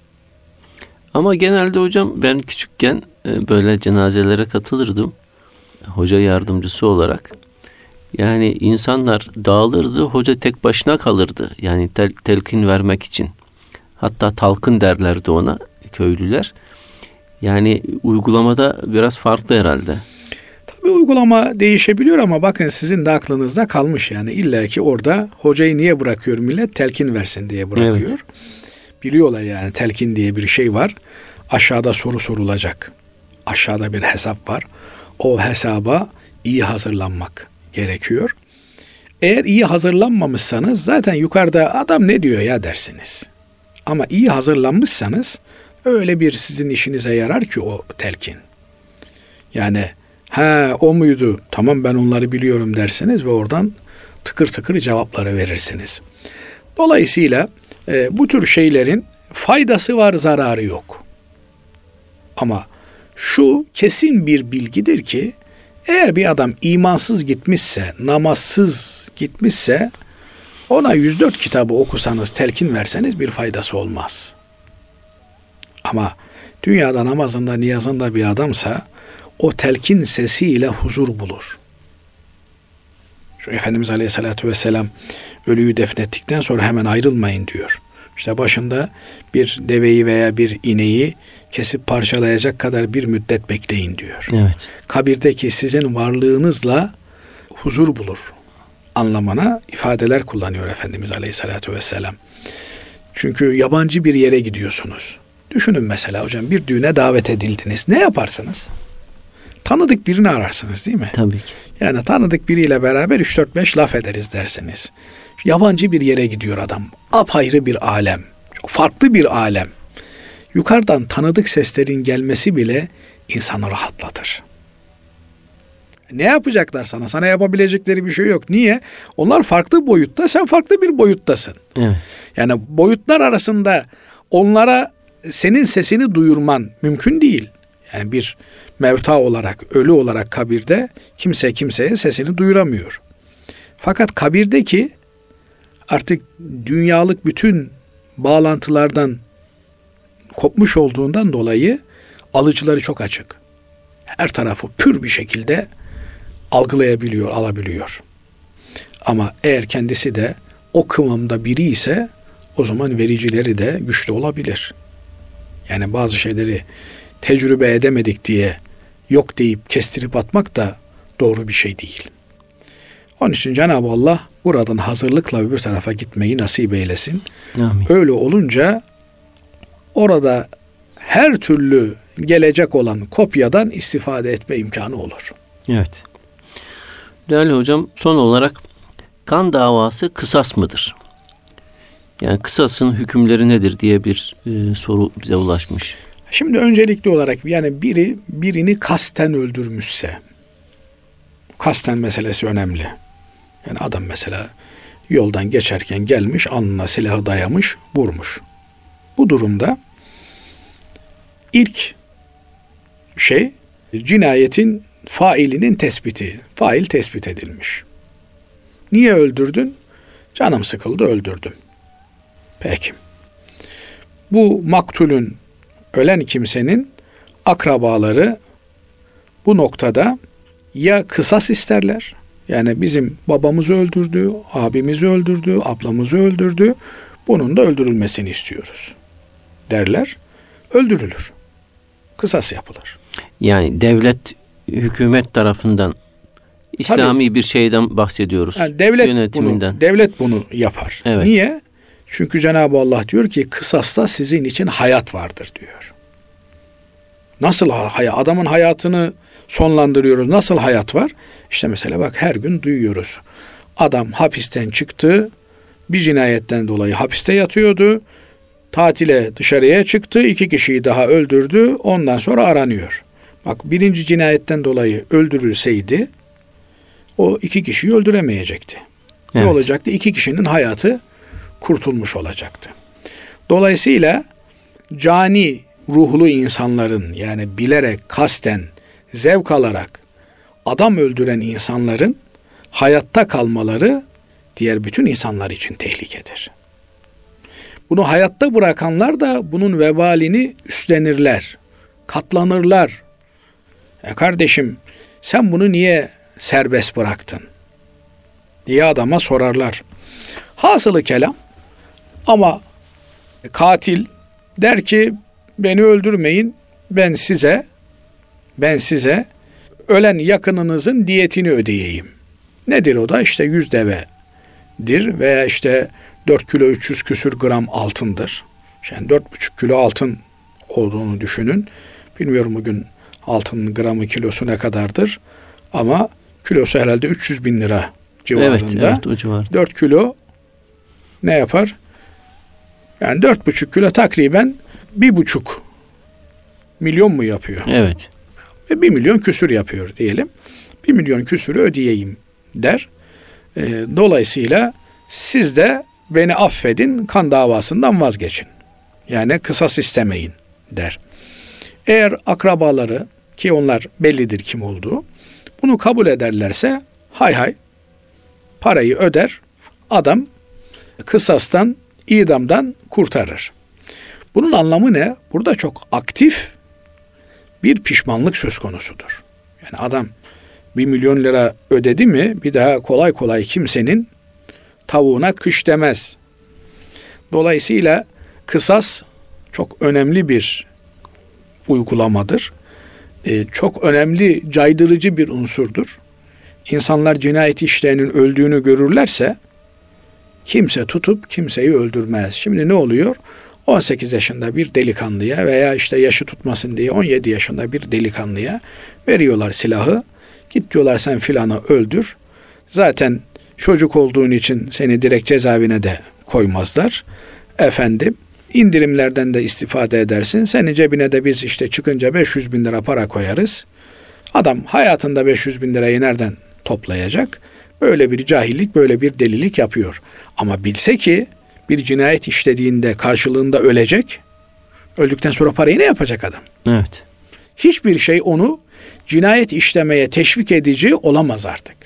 Ama genelde hocam ben küçükken böyle cenazelere katılırdım. Hoca yardımcısı olarak. Yani insanlar dağılırdı, hoca tek başına kalırdı. Yani telkin vermek için. Hatta talkın derlerdi ona köylüler. Yani uygulamada biraz farklı herhalde. Tabii uygulama değişebiliyor ama bakın sizin de aklınızda kalmış yani. İlla ki orada hocayı niye bırakıyor millet? Telkin versin diye bırakıyor. Evet. Biliyorlar yani telkin diye bir şey var. Aşağıda soru sorulacak. Aşağıda bir hesap var. O hesaba iyi hazırlanmak gerekiyor. Eğer iyi hazırlanmamışsanız zaten yukarıda adam ne diyor ya dersiniz. Ama iyi hazırlanmışsanız öyle bir sizin işinize yarar ki o telkin. Yani o muydu? Tamam ben onları biliyorum dersiniz ve oradan tıkır tıkır cevapları verirsiniz. Dolayısıyla bu tür şeylerin faydası var, zararı yok. Ama şu kesin bir bilgidir ki eğer bir adam imansız gitmişse, namazsız gitmişse ona 104 kitabı okusanız, telkin verseniz bir faydası olmaz. Ama dünyada namazında, niyazında bir adamsa o telkin sesiyle huzur bulur. Şu Efendimiz Aleyhisselatü Vesselam ölüyü defnettikten sonra hemen ayrılmayın diyor. İşte başında bir deveyi veya bir ineği kesip parçalayacak kadar bir müddet bekleyin diyor. Evet. Kabirdeki sizin varlığınızla huzur bulur anlamına ifadeler kullanıyor Efendimiz Aleyhisselatü Vesselam. Çünkü yabancı bir yere gidiyorsunuz. Düşünün mesela hocam, bir düğüne davet edildiniz. Ne yaparsınız? Tanıdık birini ararsınız değil mi? Tabii ki. Yani tanıdık biriyle beraber 3-4-5 laf ederiz dersiniz. Yabancı bir yere gidiyor adam. Apayrı bir alem. Çok farklı bir alem. Yukarıdan tanıdık seslerin gelmesi bile insanı rahatlatır. Ne yapacaklar sana? Sana yapabilecekleri bir şey yok. Niye? Onlar farklı boyutta, sen farklı bir boyuttasın. Evet. Yani boyutlar arasında onlara senin sesini duyurman mümkün değil. Yani bir mevta olarak, ölü olarak kabirde kimse kimseye sesini duyuramıyor. Fakat kabirdeki artık dünyalık bütün bağlantılardan kopmuş olduğundan dolayı alıcıları çok açık. Her tarafı pür bir şekilde algılayabiliyor, alabiliyor. Ama eğer kendisi de o kıvamda biri ise o zaman vericileri de güçlü olabilir. Yani bazı şeyleri tecrübe edemedik diye yok deyip kestirip atmak da doğru bir şey değil. Onun için Cenab-ı Allah buradan hazırlıkla öbür tarafa gitmeyi nasip eylesin. Amin. Öyle olunca orada her türlü gelecek olan kopyadan istifade etme imkanı olur. Evet. Değerli hocam, son olarak kan davası kısas mıdır? Yani kısasın hükümleri nedir diye bir soru bize ulaşmış. Şimdi öncelikli olarak yani biri birini kasten öldürmüşse, kasten meselesi önemli. Yani adam mesela yoldan geçerken gelmiş, alnına silahı dayamış, vurmuş. Bu durumda ilk şey cinayetin failinin tespiti. Fail tespit edilmiş. Niye öldürdün? Canım sıkıldı, öldürdüm. Peki. Bu maktulün, ölen kimsenin akrabaları bu noktada ya kısas isterler, yani bizim babamızı öldürdü, abimizi öldürdü, ablamızı öldürdü, bunun da öldürülmesini istiyoruz derler, öldürülür. Kısas yapılır. Yani devlet, hükümet tarafından İslami bir şeyden bahsediyoruz. Yani devlet yönetiminden. Devlet bunu yapar. Evet. Niye? Çünkü Cenab-ı Allah diyor ki kısasta sizin için hayat vardır diyor. Nasıl adamın hayatını sonlandırıyoruz? Nasıl hayat var? İşte mesela bak her gün duyuyoruz. Adam hapisten çıktı. Bir cinayetten dolayı hapiste yatıyordu. Tatile dışarıya çıktı. 2 kişiyi daha öldürdü. Ondan sonra aranıyor. Bak birinci cinayetten dolayı öldürülseydi o 2 kişiyi öldüremeyecekti. Evet. Ne olacaktı? 2 kişinin hayatı kurtulmuş olacaktı. Dolayısıyla cani ruhlu insanların, yani bilerek, kasten, zevk alarak adam öldüren insanların hayatta kalmaları diğer bütün insanlar için tehlikedir. Bunu hayatta bırakanlar da bunun vebalini üstlenirler, katlanırlar. Kardeşim sen bunu niye serbest bıraktın diye adama sorarlar. Hasılı kelam, ama katil der ki beni öldürmeyin, ben size ölen yakınınızın diyetini ödeyeyim. Nedir o da? İşte 100 devedir veya işte 4 kilo 300 küsür gram altındır. Yani 4,5 kilo altın olduğunu düşünün. Bilmiyorum bugün altının gramı, kilosu ne kadardır, ama kilosu herhalde 300 bin lira civarında. Evet, o civarında. 4 kilo ne yapar? Yani 4,5 kilo takriben 1,5 milyon mu yapıyor? Evet. 1 milyon küsür yapıyor diyelim. 1 milyon küsürü ödeyeyim der. Dolayısıyla siz de beni affedin, kan davasından vazgeçin. Yani kısas istemeyin der. Eğer akrabaları, ki onlar bellidir kim olduğu, bunu kabul ederlerse hay hay parayı öder, adam kısastan, idamdan kurtarır. Bunun anlamı ne? Burada çok aktif bir pişmanlık söz konusudur. Yani adam 1 milyon lira ödedi mi bir daha kolay kolay kimsenin tavuğuna kış demez. Dolayısıyla kısas çok önemli bir uygulamadır. Çok önemli caydırıcı bir unsurdur. İnsanlar cinayet işleyenin öldüğünü görürlerse kimse tutup kimseyi öldürmez. Şimdi ne oluyor? 18 yaşında bir delikanlıya veya işte yaşı tutmasın diye 17 yaşında bir delikanlıya veriyorlar silahı. Git diyorlar sen filanı öldür. Zaten çocuk olduğun için seni direkt cezaevine de koymazlar. Efendim indirimlerden de istifade edersin. Senin cebine de biz işte çıkınca 500 bin lira para koyarız. Adam hayatında 500 bin lirayı nereden toplayacak? Böyle bir cahillik, böyle bir delilik yapıyor. Ama bilse ki bir cinayet işlediğinde karşılığında ölecek. Öldükten sonra parayı ne yapacak adam? Evet. Hiçbir şey onu cinayet işlemeye teşvik edici olamaz artık.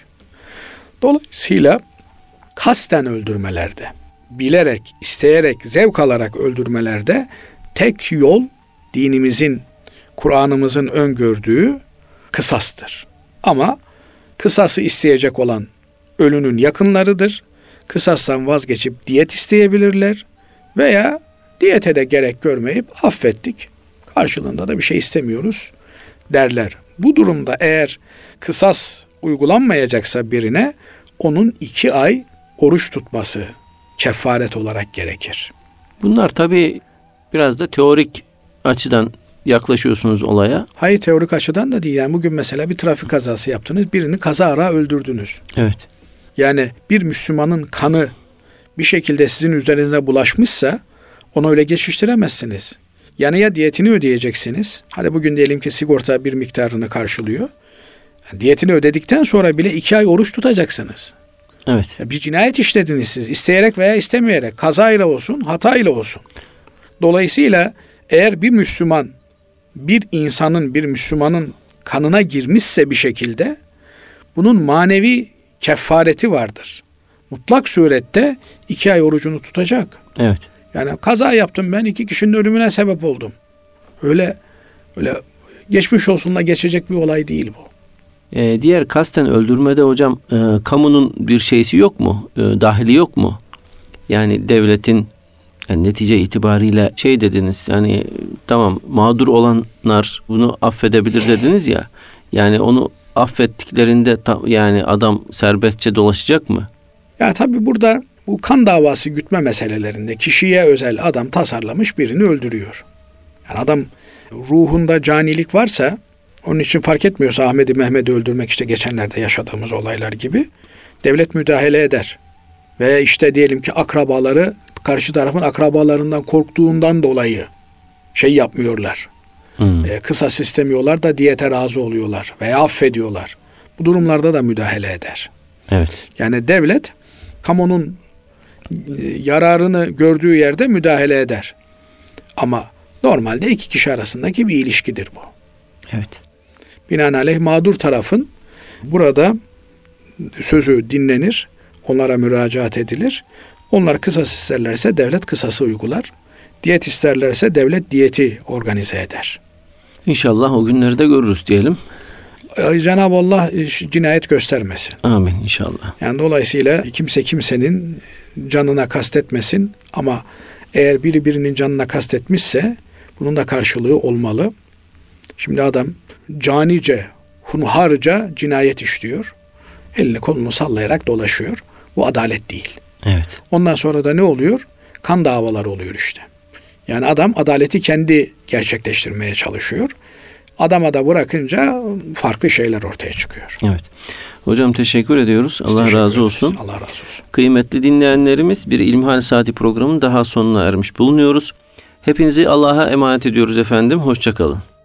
Dolayısıyla kasten öldürmelerde, bilerek, isteyerek, zevk alarak öldürmelerde tek yol dinimizin, Kur'an'ımızın öngördüğü kısastır. Ama kısası isteyecek olan ölünün yakınlarıdır. Kısastan vazgeçip diyet isteyebilirler veya diyete de gerek görmeyip affettik, karşılığında da bir şey istemiyoruz derler. Bu durumda eğer kısas uygulanmayacaksa birine onun 2 ay oruç tutması kefaret olarak gerekir. Bunlar tabii biraz da teorik açıdan yaklaşıyorsunuz olaya. Hayır, teorik açıdan da değil. Yani bugün mesela bir trafik kazası yaptınız, birini kazara öldürdünüz. Evet. Yani bir Müslümanın kanı bir şekilde sizin üzerinize bulaşmışsa onu öyle geçiştiremezsiniz. Yani ya diyetini ödeyeceksiniz. Hadi bugün diyelim ki sigorta bir miktarını karşılıyor. Yani diyetini ödedikten sonra bile 2 ay oruç tutacaksınız. Evet. Ya bir cinayet işlediniz siz. İsteyerek veya istemeyerek. Kazayla olsun, hatayla olsun. Dolayısıyla eğer bir Müslüman, bir Müslümanın kanına girmişse bir şekilde bunun manevi kefareti vardır. Mutlak surette 2 ay orucunu tutacak. Evet. Yani kaza yaptım ben, 2 kişinin ölümüne sebep oldum. Öyle geçmiş olsunla geçecek bir olay değil bu. Diğer kasten öldürmede hocam kamunun bir şeysi yok mu? Dahili yok mu? Yani devletin netice itibariyle dediniz, yani tamam mağdur olanlar bunu affedebilir dediniz ya, yani onu affettiklerinde yani adam serbestçe dolaşacak mı? Ya tabii burada bu kan davası gütme meselelerinde kişiye özel adam tasarlamış birini öldürüyor. Yani adam ruhunda canilik varsa, onun için fark etmiyorsa Ahmet'i Mehmet'i öldürmek, işte geçenlerde yaşadığımız olaylar gibi, devlet müdahale eder. Veya işte diyelim ki akrabaları, karşı tarafın akrabalarından korktuğundan dolayı yapmıyorlar. Kısas istemiyorlar da diyete razı oluyorlar veya affediyorlar. Bu durumlarda da müdahale eder. Evet. Yani devlet kamunun yararını gördüğü yerde müdahale eder. Ama normalde 2 kişi arasındaki bir ilişkidir bu. Evet. Binaenaleyh mağdur tarafın burada sözü dinlenir, onlara müracaat edilir. Onlar kısas isterlerse devlet kısası uygular. Diyet isterlerse devlet diyeti organize eder. İnşallah o günleri de görürüz diyelim. Cenab-ı Allah cinayet göstermesin. Amin inşallah. Yani dolayısıyla kimse kimsenin canına kastetmesin, ama eğer biri birinin canına kastetmişse bunun da karşılığı olmalı. Şimdi adam canice, hunharca cinayet işliyor. Elini kolunu sallayarak dolaşıyor. Bu adalet değil. Evet. Ondan sonra da ne oluyor? Kan davaları oluyor işte. Yani adam adaleti kendi gerçekleştirmeye çalışıyor. Adama da bırakınca farklı şeyler ortaya çıkıyor. Evet. Hocam teşekkür ediyoruz. Allah razı olsun. Allah razı olsun. Kıymetli dinleyenlerimiz, bir İlmihal Saati programının daha sonuna ermiş bulunuyoruz. Hepinizi Allah'a emanet ediyoruz efendim. Hoşça kalın.